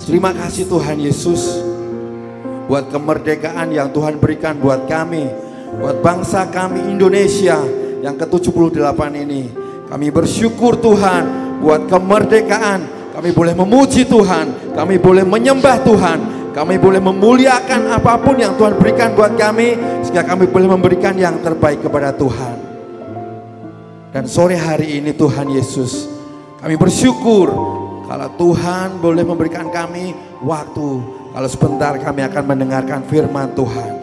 Terima kasih Tuhan Yesus buat kemerdekaan yang Tuhan berikan buat kami, buat bangsa kami Indonesia yang ke-78 ini. Kami bersyukur Tuhan buat kemerdekaan. Kami boleh memuji Tuhan, kami boleh menyembah Tuhan, kami boleh memuliakan apapun yang Tuhan berikan buat kami, sehingga kami boleh memberikan yang terbaik kepada Tuhan. Dan sore hari ini Tuhan Yesus, kami bersyukur kalau Tuhan boleh memberikan kami waktu, kalau sebentar kami akan mendengarkan firman Tuhan.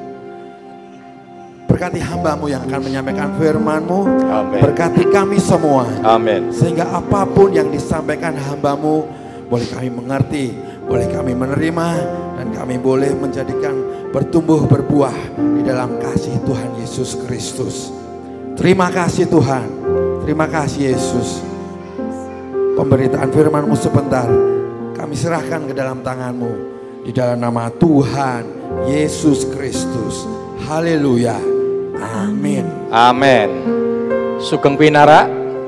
Berkati hamba-Mu yang akan menyampaikan firman-Mu. Amen. Berkati kami semua. Amin. Sehingga apapun yang disampaikan hamba-Mu boleh kami mengerti, boleh kami menerima, dan kami boleh menjadikan bertumbuh berbuah di dalam kasih Tuhan Yesus Kristus. Terima kasih Tuhan. Terima kasih Yesus. Pemberitaan firman-Mu sebentar kami serahkan ke dalam tangan-Mu. Di dalam nama Tuhan Yesus Kristus. Haleluya. Amin. Amin. Sugeng pinara,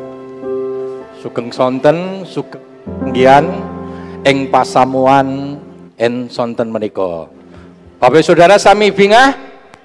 sugeng sonten, sugeng gian, ing pasamuan en sonten menika. Bapak Saudara sami bingah?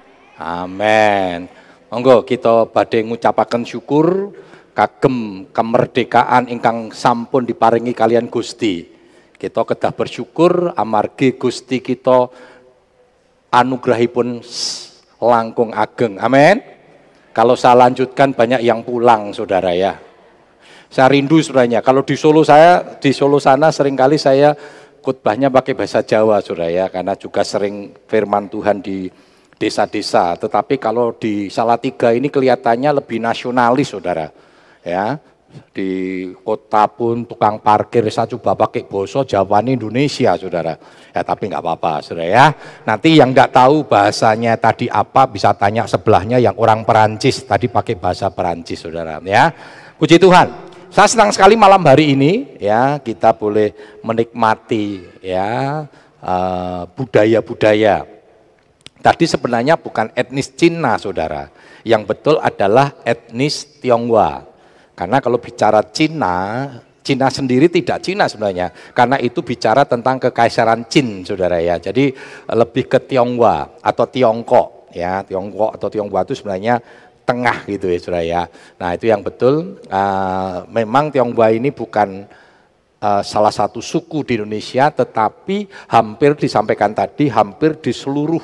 Amin. Monggo kita badhe ngucapaken syukur kagem kemerdekaan ingkang sampun diparingi kalian Gusti. Kita kedah bersyukur amargi Gusti kita anugerahipun langkung ageng. Amin. Kalau saya lanjutkan banyak yang pulang saudara ya. Saya rindu sebenarnya. Kalau di Solo di Solo sana seringkali saya khotbahnya pakai bahasa Jawa saudara ya. Karena juga sering firman Tuhan di desa-desa. Tetapi kalau di Salatiga ini kelihatannya lebih nasionalis saudara. Ya. Di kota pun tukang parkir saya coba pakai bahasa Jawa Indonesia saudara ya, tapi nggak apa-apa saudara ya. Nanti yang nggak tahu bahasanya tadi apa bisa tanya sebelahnya yang orang Perancis tadi pakai bahasa Perancis saudara ya. Puji Tuhan, saya senang sekali malam hari ini ya kita boleh menikmati ya budaya-budaya. Tadi sebenarnya bukan etnis Cina saudara, yang betul adalah etnis Tionghoa. Karena kalau bicara Cina sendiri tidak Cina sebenarnya. Karena itu bicara tentang kekaisaran Qin, saudara ya. Jadi lebih ke Tionghoa atau Tiongkok ya. Tiongkok atau Tionghoa itu sebenarnya tengah gitu ya, saudara ya. Nah itu yang betul. Memang Tionghoa ini bukan salah satu suku di Indonesia, tetapi hampir disampaikan tadi, hampir di seluruh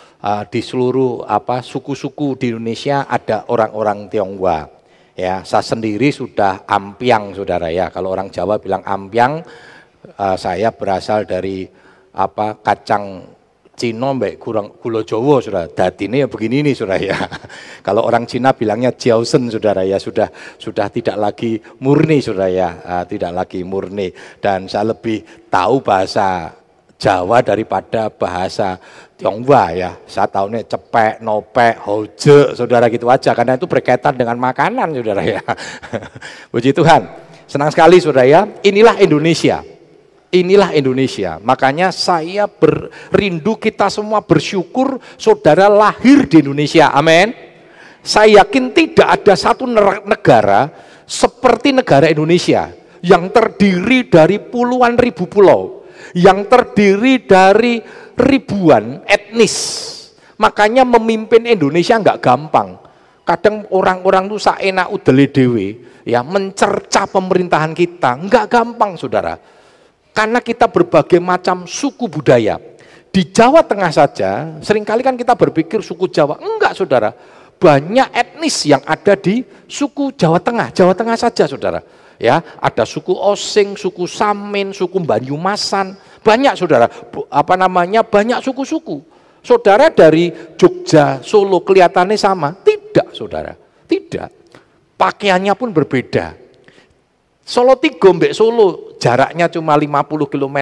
suku-suku di Indonesia ada orang-orang Tionghoa. Ya, saya sendiri sudah ampiang saudara ya. Kalau orang Jawa bilang ampiang, saya berasal dari kacang Cino mbek gula Jawa saudara. Datine ya begini nih saudara ya. Kalau orang Cina bilangnya jiaosen saudara ya, sudah tidak lagi murni saudara ya, tidak lagi murni. Dan saya lebih tahu bahasa Jawa daripada bahasa Tionghoa ya. Saya tahunya cepek, nopek, hoje, saudara gitu aja. Karena itu berkaitan dengan makanan saudara ya. Puji Tuhan. Senang sekali saudara ya. Inilah Indonesia. Inilah Indonesia. Makanya saya berindu kita semua bersyukur saudara lahir di Indonesia. Amin. Saya yakin tidak ada satu negara seperti negara Indonesia yang terdiri dari puluhan ribu pulau, yang terdiri dari ribuan etnis. Makanya memimpin Indonesia nggak gampang. Kadang orang-orang tuh saenak udele dewe ya mencerca pemerintahan kita, nggak gampang saudara. Karena kita berbagai macam suku budaya. Di Jawa Tengah saja, seringkali kan kita berpikir suku Jawa, enggak saudara. Banyak etnis yang ada di suku Jawa Tengah saja saudara. Ya, ada suku Osing, suku Samin, suku Banyumasan, banyak saudara. Banyak suku-suku. Saudara dari Jogja, Solo kelihatannya sama? Tidak saudara, tidak. Pakaiannya pun berbeda. Solo Tigo mbek Solo jaraknya cuma 50 km.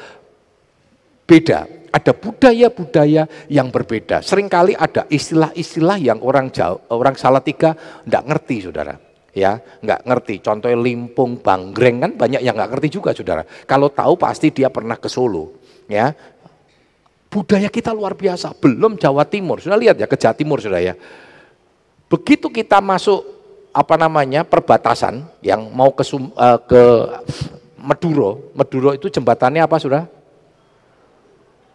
Beda. Ada budaya-budaya yang berbeda. Seringkali ada istilah-istilah yang orang Salatiga enggak ngerti saudara. Ya, nggak ngerti. Contohnya limpung, banggreng kan banyak yang nggak ngerti juga, saudara. Kalau tahu pasti dia pernah ke Solo. Ya, budaya kita luar biasa. Belum Jawa Timur, sudah lihat ya ke Jawa Timur, saudara ya. Begitu kita masuk perbatasan yang mau ke Meduro itu jembatannya apa, saudara?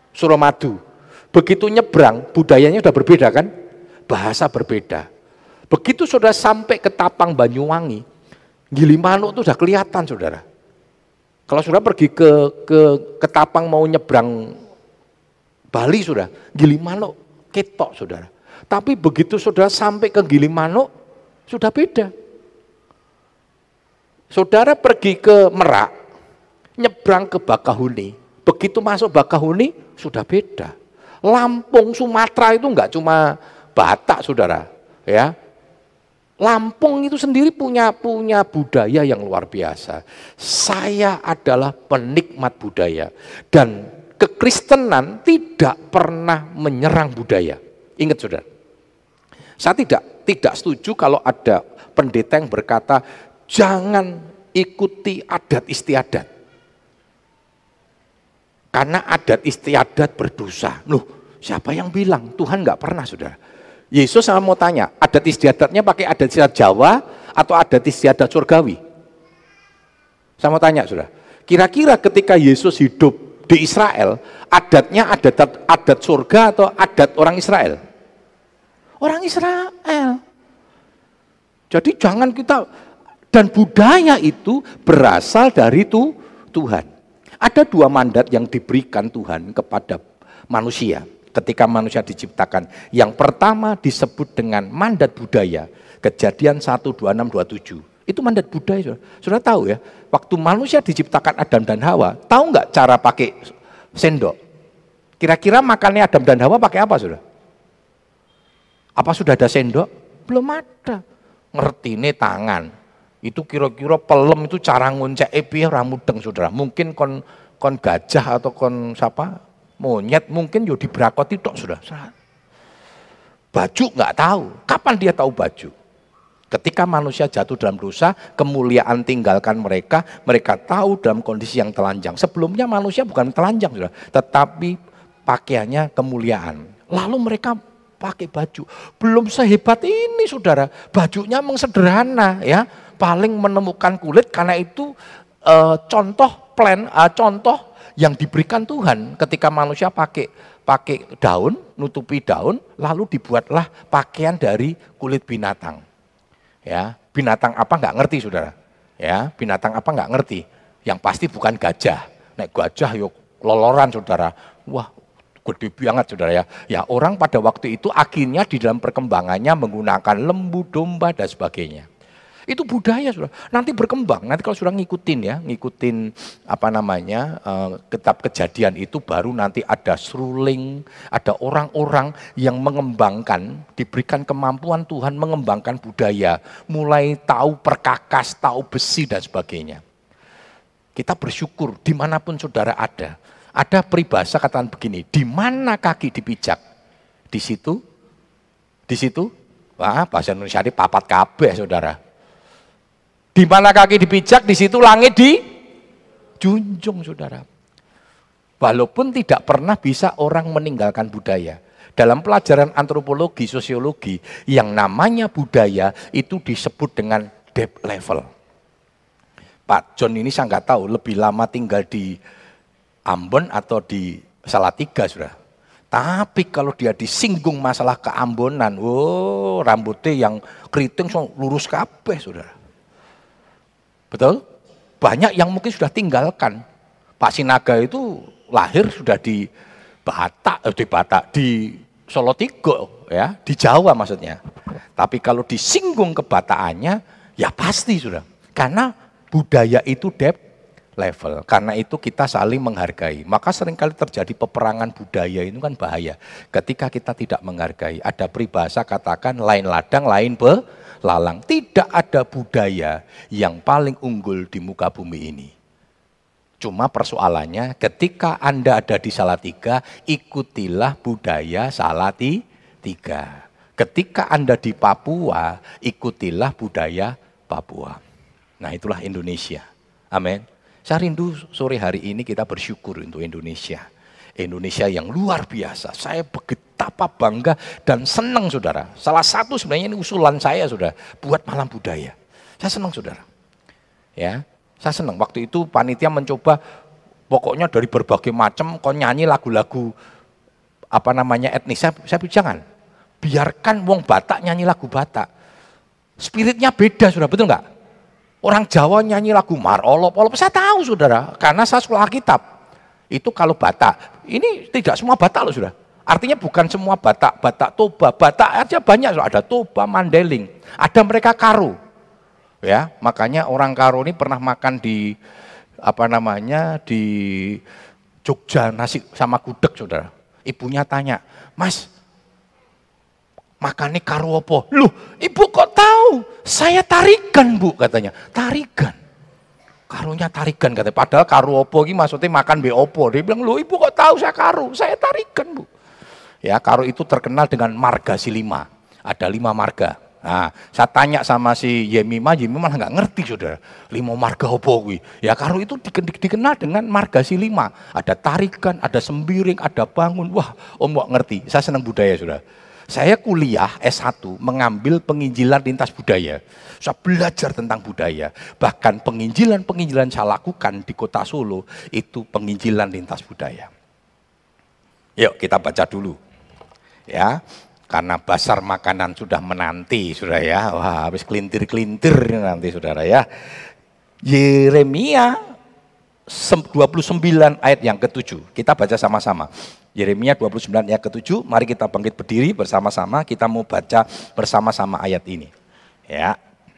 Suramadu. Begitu nyebrang, budayanya udah berbeda kan? Bahasa berbeda. Begitu saudara sampai ke Tapang Banyuwangi, Gilimanuk itu sudah kelihatan saudara. Kalau saudara pergi ke Tapang mau nyebrang Bali sudah, Gilimanuk ketok saudara. Tapi begitu saudara sampai ke Gilimanuk, sudah beda. Saudara pergi ke Merak, nyebrang ke Bakahuni, begitu masuk Bakahuni, sudah beda. Lampung, Sumatera itu enggak cuma Batak saudara, ya. Lampung itu sendiri punya budaya yang luar biasa. Saya adalah penikmat budaya dan kekristenan tidak pernah menyerang budaya. Ingat saudara, saya tidak setuju kalau ada pendeta yang berkata jangan ikuti adat istiadat. Karena adat istiadat berdosa. Loh, siapa yang bilang? Tuhan nggak pernah saudara. Yesus sama mau tanya, adat istiadatnya pakai adat istiadat Jawa atau adat istiadat surgawi? Saya mau tanya saudara, kira-kira ketika Yesus hidup di Israel, adatnya adat surga atau adat orang Israel? Orang Israel. Jadi jangan kita, dan budaya itu berasal dari Tuhan. Ada dua mandat yang diberikan Tuhan kepada manusia ketika manusia diciptakan. Yang pertama disebut dengan mandat budaya, Kejadian 1:26-27. Itu mandat budaya. Sudah tahu ya, waktu manusia diciptakan Adam dan Hawa, tahu nggak cara pakai sendok? Kira-kira makannya Adam dan Hawa pakai apa sudah? Apa sudah ada sendok? Belum ada. Ngerti nih tangan. Itu kira-kira pelem itu cara ngoncek piye ora mudeng saudara. Mungkin kon gajah atau kon siapa? Monyet mungkin yo dibrakoti tok sudah. Baju nggak tahu. Kapan dia tahu baju? Ketika manusia jatuh dalam dosa, kemuliaan tinggalkan mereka, mereka tahu dalam kondisi yang telanjang. Sebelumnya manusia bukan telanjang sudah, tetapi pakaiannya kemuliaan. Lalu mereka pakai baju. Belum sehebat ini saudara. Bajunya memang sederhana ya. Paling menemukan kulit karena itu contoh yang diberikan Tuhan ketika manusia pakai daun, nutupi daun, lalu dibuatlah pakaian dari kulit binatang. Ya, binatang apa nggak ngerti saudara? Ya, binatang apa nggak ngerti? Yang pasti bukan gajah. Nek gajah yuk loloran saudara. Wah, gede banget saudara ya. Ya orang pada waktu itu akhirnya di dalam perkembangannya menggunakan lembu, domba dan sebagainya. Itu budaya sudah. Nanti berkembang. Nanti kalau sudah ngikutin kitab Kejadian itu baru nanti ada seruling, ada orang-orang yang mengembangkan, diberikan kemampuan Tuhan mengembangkan budaya, mulai tahu perkakas, tahu besi dan sebagainya. Kita bersyukur dimanapun saudara ada. Ada peribahasa katakan begini, di mana kaki dipijak, di situ, wah bahasa Indonesia ini papat kabeh saudara. Di mana kaki dipijak, di situ langit dijunjung, saudara. Walaupun tidak pernah bisa orang meninggalkan budaya. Dalam pelajaran antropologi, sosiologi, yang namanya budaya itu disebut dengan depth level. Pak John ini saya nggak tahu lebih lama tinggal di Ambon atau di Salatiga, saudara. Tapi kalau dia disinggung masalah keambonan, rambutnya yang keriting lurus kabeh, saudara. Betul? Banyak yang mungkin sudah tinggalkan. Pak Sinaga itu lahir sudah di Solotigo, ya, di Jawa maksudnya. Tapi kalau disinggung kebataannya, ya pasti sudah. Karena budaya itu depth level. Karena itu kita saling menghargai. Maka seringkali terjadi peperangan budaya itu kan bahaya. Ketika kita tidak menghargai, ada peribahasa katakan lain ladang, lain belalang. Tidak ada budaya yang paling unggul di muka bumi ini. Cuma persoalannya ketika Anda ada di Salatiga, ikutilah budaya Salatiga. Ketika Anda di Papua, ikutilah budaya Papua. Nah itulah Indonesia. Amin. Saya rindu sore hari ini kita bersyukur untuk Indonesia. Indonesia yang luar biasa. Saya betapa bangga dan senang saudara. Salah satu sebenarnya ini usulan saya saudara, buat malam budaya. Saya senang saudara. Ya, saya senang. Waktu itu panitia mencoba pokoknya dari berbagai macam kau nyanyi lagu-lagu apa namanya etnis. Saya jangan. Biarkan wong Batak nyanyi lagu Batak. Spiritnya beda, sudah betul nggak? Orang Jawa nyanyi lagu Marolop, saya tahu saudara, karena saya sekolah Alkitab. Itu kalau Batak, ini tidak semua Batak loh sudah. Artinya bukan semua Batak, Batak Toba, Batak aja banyak, ada Toba, Mandeling, ada mereka Karo. Ya, makanya orang Karo ini pernah makan di apa namanya di Jogja nasi sama gudeg saudara. Ibunya tanya, Mas, makannya karo apa? Loh, ibu kok tahu? Saya tarikan bu, katanya. Tarikan. Karunya tarikan katanya. Padahal karo apa ini maksudnya makan be opo. Dia bilang, loh ibu kok tahu saya karo? Saya tarikan bu. Ya, karo itu terkenal dengan marga silima. Ada 5 marga. Nah, saya tanya sama si Yemima malah nggak ngerti saudara. 5 marga opo kuwi. Ya karo itu dikenal dengan marga silima. Ada tarikan, ada sembiring, ada bangun. Wah, om nggak ngerti. Saya senang budaya saudara. Saya kuliah S1 mengambil penginjilan lintas budaya. Saya belajar tentang budaya. Bahkan penginjilan saya lakukan di kota Solo itu penginjilan lintas budaya. Yuk kita baca dulu. Ya, karena basar makanan sudah menanti, saudara ya. Wah, habis kelintir-kelintir nanti saudara ya. Yeremia 29 ayat yang ke-7. Kita baca sama-sama. Yeremia 29 ayat ke-7, mari kita bangkit berdiri bersama-sama, kita mau baca bersama-sama ayat ini. Ya.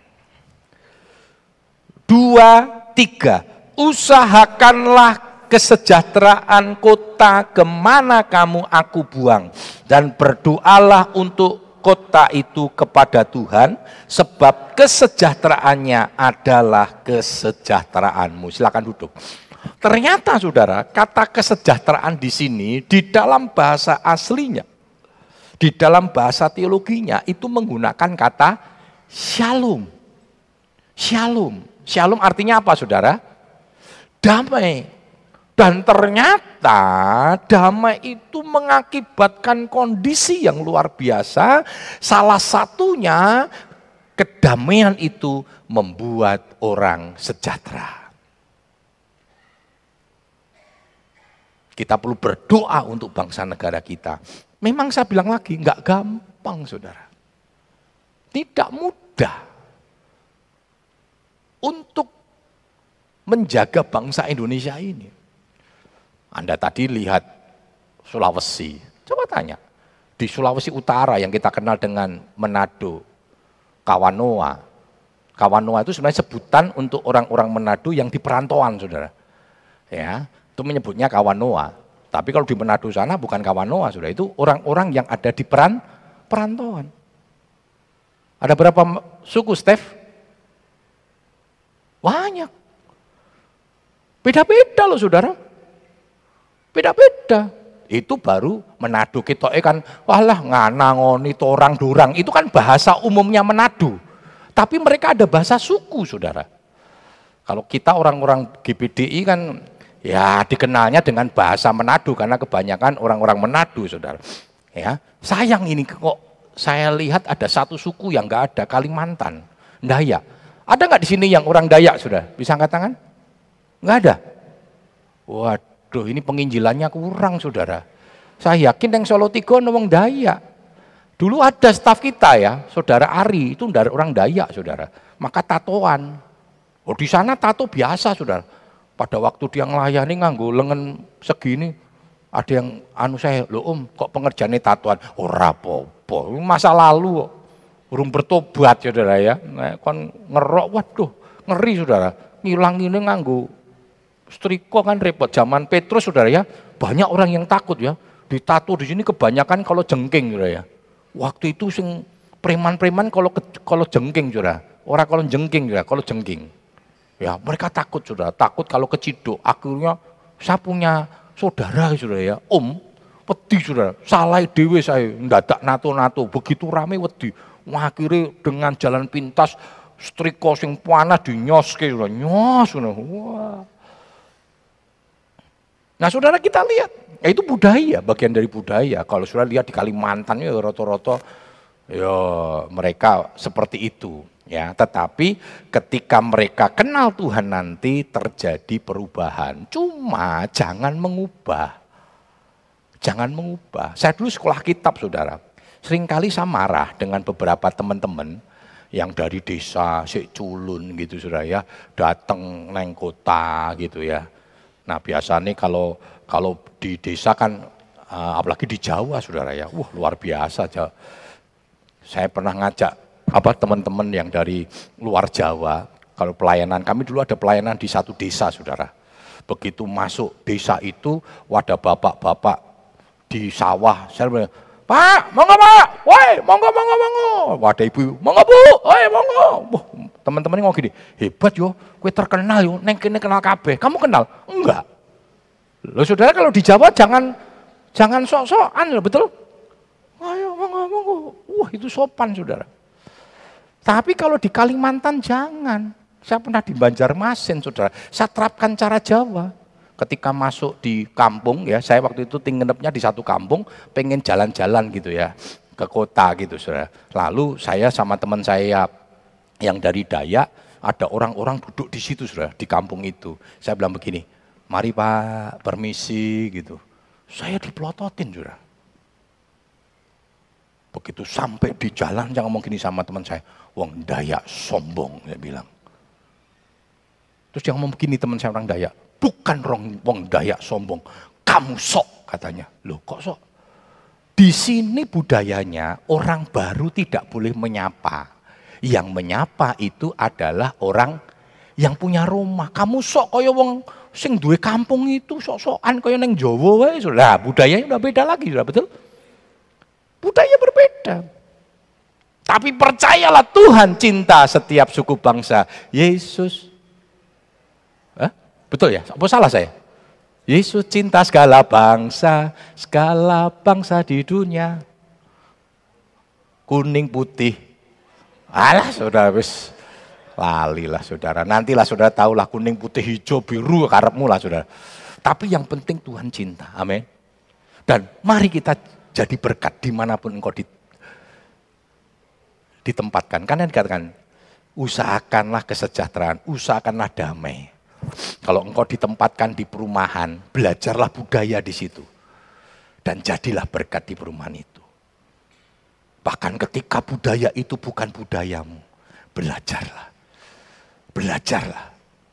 2, 3, usahakanlah kesejahteraan kota kemana kamu aku buang, dan berdoalah untuk kota itu kepada Tuhan, sebab kesejahteraannya adalah kesejahteraanmu. Silakan duduk. Ternyata saudara, kata kesejahteraan di sini di dalam bahasa aslinya, di dalam bahasa teologinya itu menggunakan kata shalom. Shalom. Shalom artinya apa saudara? Damai. Dan ternyata damai itu mengakibatkan kondisi yang luar biasa. Salah satunya kedamaian itu membuat orang sejahtera. Kita perlu berdoa untuk bangsa negara kita. Memang saya bilang lagi, nggak gampang saudara. Tidak mudah untuk menjaga bangsa Indonesia ini. Anda tadi lihat Sulawesi, coba tanya. Di Sulawesi Utara yang kita kenal dengan Manado, Kawanoa. Kawanoa itu sebenarnya sebutan untuk orang-orang Manado yang di perantauan saudara. Ya. Itu menyebutnya Kawanoa. Tapi kalau di Manado sana bukan Kawanoa, sudah itu orang-orang yang ada di perantauan. Ada berapa suku, Steph? Banyak. Beda-beda loh, saudara. Beda-beda. Itu baru Manado kita kan, walah ngana ngoni torang durang. Itu kan bahasa umumnya Manado. Tapi mereka ada bahasa suku, saudara. Kalau kita orang-orang GBDI kan ya dikenalnya dengan bahasa Manado karena kebanyakan orang-orang Manado, saudara. Ya, sayang ini kok saya lihat ada satu suku yang nggak ada, Kalimantan, Dayak. Ada nggak di sini yang orang Dayak, sudah? Bisa angkat tangan? Nggak ada. Waduh, ini penginjilannya kurang, saudara. Saya yakin yang Solo Tigo ngomong Dayak. Dulu ada staf kita ya, saudara Ari itu dari orang Dayak, saudara. Maka tatoan. Oh di sana tato biasa, saudara. Pada waktu dia ngelayani nganggo lengan segini, ada yang saya, loh om kok pengerjaannya tatuan? Oh rapopo, masa lalu urung bertobat saudara ya, nah, kon ngerok, waduh ngeri saudara, ngilanginnya nganggo striko kan repot. Zaman Petrus saudara ya, banyak orang yang takut ya, ditato di sini kebanyakan kalau jengking saudara ya. Waktu itu sing preman-preman kalau jengking saudara, orang kalau jengking saudara, kalau jengking. Ya, mereka takut saudara, takut kalau keciduk. Akhirnya saya punya saudara saudara ya, om, wedi saudara, salah dewe saya, ndadak nato-nato, begitu rame wedi. Akhirnya dengan jalan pintas, striko sing panas dinyoske saudara, nyos saudara. Wah. Nah saudara kita lihat, ya itu budaya, bagian dari budaya. Kalau saudara lihat di Kalimantan ya rata-rata ya mereka seperti itu. Ya, tetapi ketika mereka kenal Tuhan nanti terjadi perubahan. Cuma jangan mengubah. Jangan mengubah. Saya dulu sekolah kitab, saudara. Seringkali saya marah dengan beberapa teman-teman yang dari desa, sik culun gitu, saudara ya, datang neng kota gitu ya. Nah biasanya kalau di desa kan, apalagi di Jawa, saudara ya, luar biasa. Saya pernah ngajak teman-teman yang dari luar Jawa, kalau pelayanan, kami dulu ada pelayanan di satu desa, saudara. Begitu masuk desa itu, wadah bapak-bapak di sawah, saya bilang, Pak, monggo Pak, woi, monggo. Wadah ibu, monggo Bu, woi, monggo. Teman-teman ngomong gini, hebat yo, kue terkenal yo, neng kene kenal kabeh. Kamu kenal? Enggak. Loh saudara, kalau di Jawa jangan sok-sokan, betul? Ayo, monggo. Itu sopan, saudara. Tapi kalau di Kalimantan jangan. Saya pernah di Banjarmasin, saudara. Saya terapkan cara Jawa. Ketika masuk di kampung, ya, saya waktu itu nginepnya di satu kampung, pengen jalan-jalan gitu ya, ke kota gitu, saudara. Lalu saya sama teman saya yang dari Dayak, ada orang-orang duduk di situ, saudara, di kampung itu. Saya bilang begini, mari Pak, permisi gitu. Saya dipelototin, saudara. Begitu sampai di jalan, jangan ngomong gini sama teman saya, wong Dayak sombong, saya bilang. Terus dia ngomong begini, teman saya orang Dayak, bukan wong Dayak sombong, kamu sok katanya. Loh kok sok? Di sini budayanya orang baru tidak boleh menyapa. Yang menyapa itu adalah orang yang punya rumah. Kamu sok kaya wong sing duwe kampung itu sok-sokan kaya neng Jawa wae. Lah budayanya udah beda lagi, sudah betul? Budaya berbeda. Tapi percayalah Tuhan cinta setiap suku bangsa. Yesus. Betul ya? Apa salah saya? Yesus cinta segala bangsa di dunia. Kuning putih. Alah saudara, wis lali lah saudara. Nantilah saudara tahulah kuning putih hijau biru karepmu lah saudara. Tapi yang penting Tuhan cinta. Amin. Dan mari kita jadi berkat dimanapun engkau ditempatkan. Karena dikatakan, usahakanlah kesejahteraan, usahakanlah damai. Kalau engkau ditempatkan di perumahan, belajarlah budaya di situ. Dan jadilah berkat di perumahan itu. Bahkan ketika budaya itu bukan budayamu, belajarlah. Belajarlah.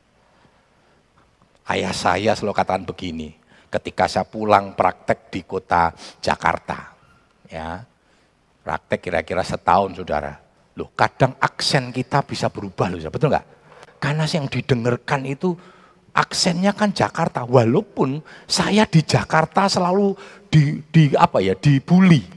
Ayah saya selalu katakan begini, ketika saya pulang praktek di kota Jakarta, ya, praktek kira-kira setahun saudara. Loh, kadang aksen kita bisa berubah loh, betul nggak? Karena yang didengarkan itu aksennya kan Jakarta. Walaupun saya di Jakarta selalu dibully.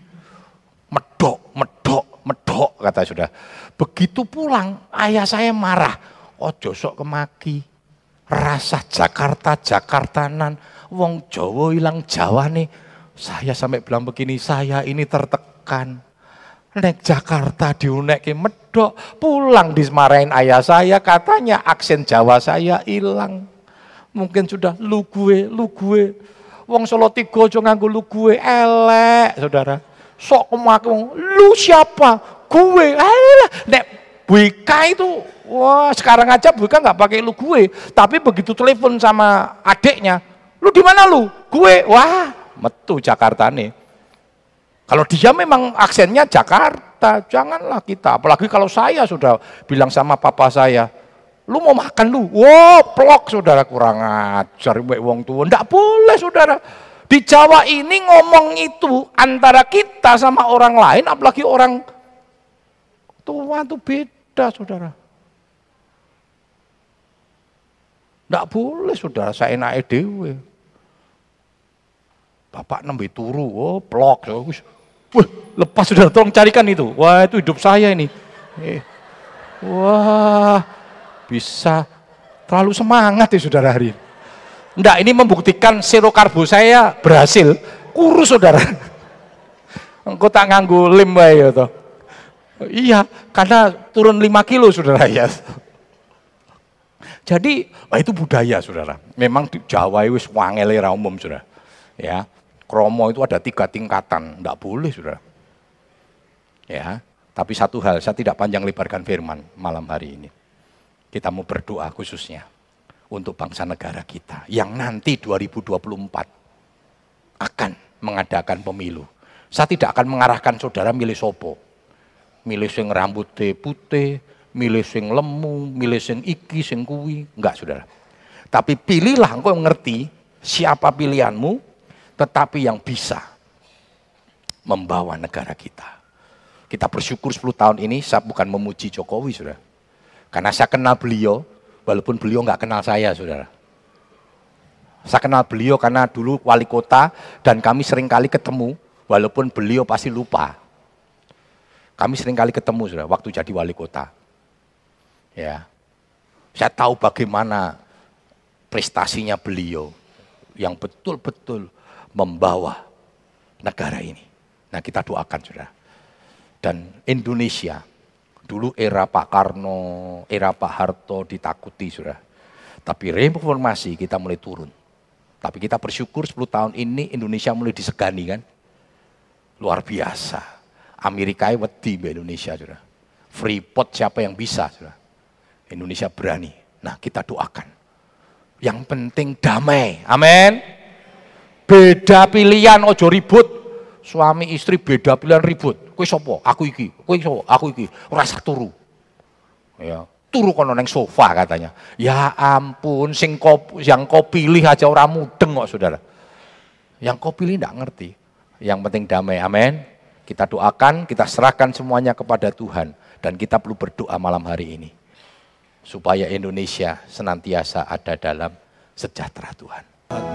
Medok kata saudara. Begitu pulang ayah saya marah. Ojo sok kemaki. Rasa Jakartanan. Wong Jawa hilang Jawa nih. Saya sampai bilang begini, saya ini tertekan. Nek Jakarta diunekke medok, pulang dismarahin ayah saya, katanya aksen Jawa saya hilang. Mungkin sudah lu gue. Wong Solo Tigo aja nganggo lu gue, elek saudara. Sok kemaki lu siapa? Gue. Alah, nek Buika itu, wah sekarang aja Buika nggak pakai lu gue, tapi begitu telepon sama adiknya, lu di mana lu? Gue. Wah, metu Jakarta nih. Kalau dia memang aksennya Jakarta, janganlah kita. Apalagi kalau saya sudah bilang sama papa saya, lu mau makan lu? Wow, plok saudara, kurang ajar wong tua. Nggak boleh saudara. Di Jawa ini ngomong itu antara kita sama orang lain, apalagi orang tua itu beda saudara. Nggak boleh saudara, saya enake dewe. Bapak nembe turu, oh plok. Wah, lepas saudara, tolong carikan itu. Wah, itu hidup saya ini. Wah, bisa terlalu semangat ya saudara hari ini. Enggak, ini membuktikan serokarbo saya berhasil. Kurus saudara. Engkau tak nganggu lem wae ya toh. Iya, karena turun 5 kilo saudara ya. Jadi, itu budaya saudara. Memang di Jawa wis wangele ra umum saudara. Ya. Kromo itu ada 3 tingkatan, enggak boleh saudara. Ya, Tapi satu hal, saya tidak panjang lebarkan firman malam hari ini. Kita mau berdoa khususnya untuk bangsa negara kita yang nanti 2024 akan mengadakan pemilu. Saya tidak akan mengarahkan saudara milih sopo. Milih sing rambutnya putih, milih sing lemu, milih sing iki, sing kuwi. Enggak, saudara. Tapi pilihlah, engkau ngerti siapa pilihanmu, tetapi yang bisa membawa negara kita. Kita bersyukur 10 tahun ini, saya bukan memuji Jokowi, saudara. Karena saya kenal beliau, walaupun beliau nggak kenal saya, saudara. Saya kenal beliau karena dulu wali kota, dan kami sering kali ketemu, walaupun beliau pasti lupa. Kami sering kali ketemu, saudara, waktu jadi wali kota. Ya, saya tahu bagaimana prestasinya beliau, yang betul-betul membawa negara ini. Nah, kita doakan, saudara. Dan Indonesia, dulu era Pak Karno, era Pak Harto ditakuti, saudara. Tapi reformasi kita mulai turun. Tapi kita bersyukur 10 tahun ini Indonesia mulai disegani, kan. Luar biasa. Amerika wedi di Indonesia, saudara. Freeport siapa yang bisa, saudara. Indonesia berani. Nah, kita doakan. Yang penting damai. Amin. Beda pilihan, ojo ribut. Suami istri beda pilihan ribut. Kowe sapa? Aku iki. Kowe sapa? Aku iki. Ora sak turu. Ya, turu kono nang sofa katanya. Ya ampun, yang kau pilih aja orang mudeng kok, saudara. Yang kau pilih enggak ngerti. Yang penting damai. Amin. Kita doakan, kita serahkan semuanya kepada Tuhan, dan kita perlu berdoa malam hari ini supaya Indonesia senantiasa ada dalam sejahtera Tuhan.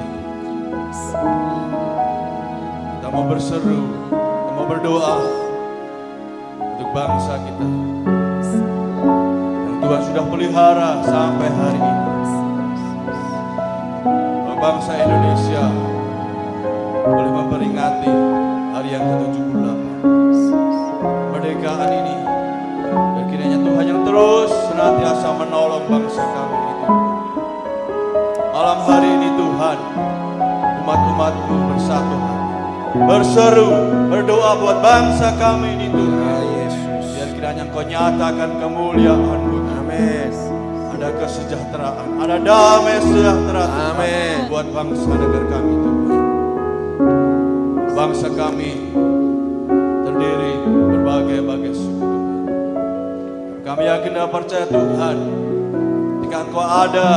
Kita mau berseru, kita mau berdoa untuk bangsa kita yang Tuhan sudah pelihara sampai hari ini. Bangsa Indonesia boleh memperingati hari yang ke-78 kemerdekaan ini, dan kiranya Tuhan yang terus senantiasa menolong bangsa kami itu. Malam hari ini Tuhan, umat-umat-Mu bersatu hati, berseru, berdoa buat bangsa kami ini Tuhan. Biar kiranya Engkau nyatakan kemuliaan-Mu. Amin. Ada kesejahteraan, ada damai sejahtera Tuhan buat bangsa negara kami Tuhan. Bangsa kami terdiri berbagai-bagai suku Tuhan. Kami yakin dan percaya Tuhan, jika Engkau ada,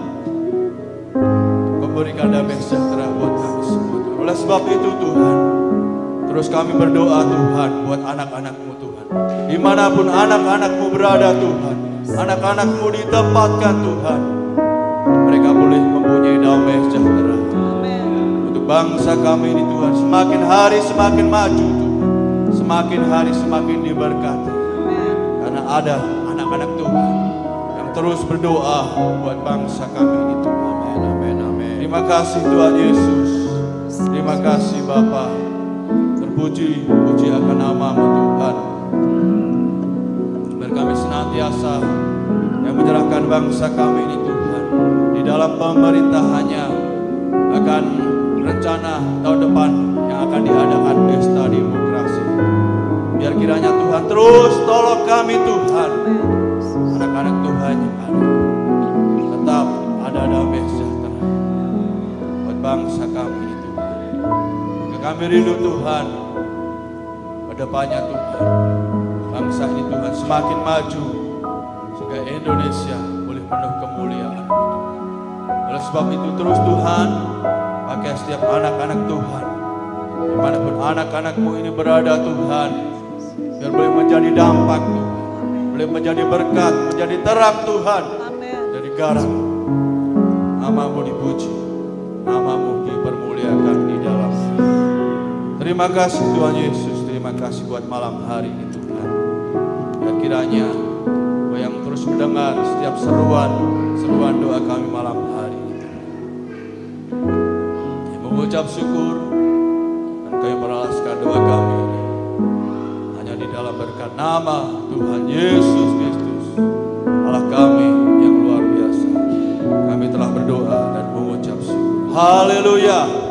Engkau berikan damai sejahtera buat kami semua Tuhan. Oleh sebab itu Tuhan, terus kami berdoa Tuhan buat anak-anak-Mu Tuhan. Dimanapun anak-anak-Mu berada Tuhan, anak-anak-Mu ditempatkan Tuhan, mereka boleh mempunyai damai sejahtera. Bangsa kami ini Tuhan semakin hari semakin maju Tuhan, semakin hari semakin diberkati. Karena ada anak-anak Tuhan yang terus berdoa buat bangsa kami ini Tuhan. Amin, amin, amin. Terima kasih Tuhan Yesus. Terima kasih Bapa. Terpuji, puji akan nama-Mu Tuhan. Biar kami senantiasa yang menyerahkan bangsa kami ini Tuhan di dalam pemerintahannya akan rencana tahun depan yang akan diadakan pesta demokrasi. Biar kiranya Tuhan terus tolong kami Tuhan, anak-anak Tuhan yang ada, tetap ada damai sejahtera buat bangsa kami itu. Kami rindu Tuhan kedepannya Tuhan, bangsa ini Tuhan semakin maju sehingga Indonesia boleh penuh kemuliaan. Oleh sebab itu terus Tuhan, pakai setiap anak-anak Tuhan, dimanapun anak-anak-Mu ini berada Tuhan, biar boleh menjadi dampak Tuhan, boleh menjadi berkat, menjadi terang Tuhan, jadi garam. Nama-Mu dipuji, nama-Mu dipermuliakan di dalam. Terima kasih Tuhan Yesus, terima kasih buat malam hari ini Tuhan. Biar kiranya Kau yang terus mendengar setiap seruan doa kami malam hari ini, mengucap syukur, dan Kau yang meralaskan doa kami ini hanya di dalam berkat nama Tuhan Yesus Kristus, Allah kami yang luar biasa. Kami telah berdoa dan mengucap syukur. Haleluya.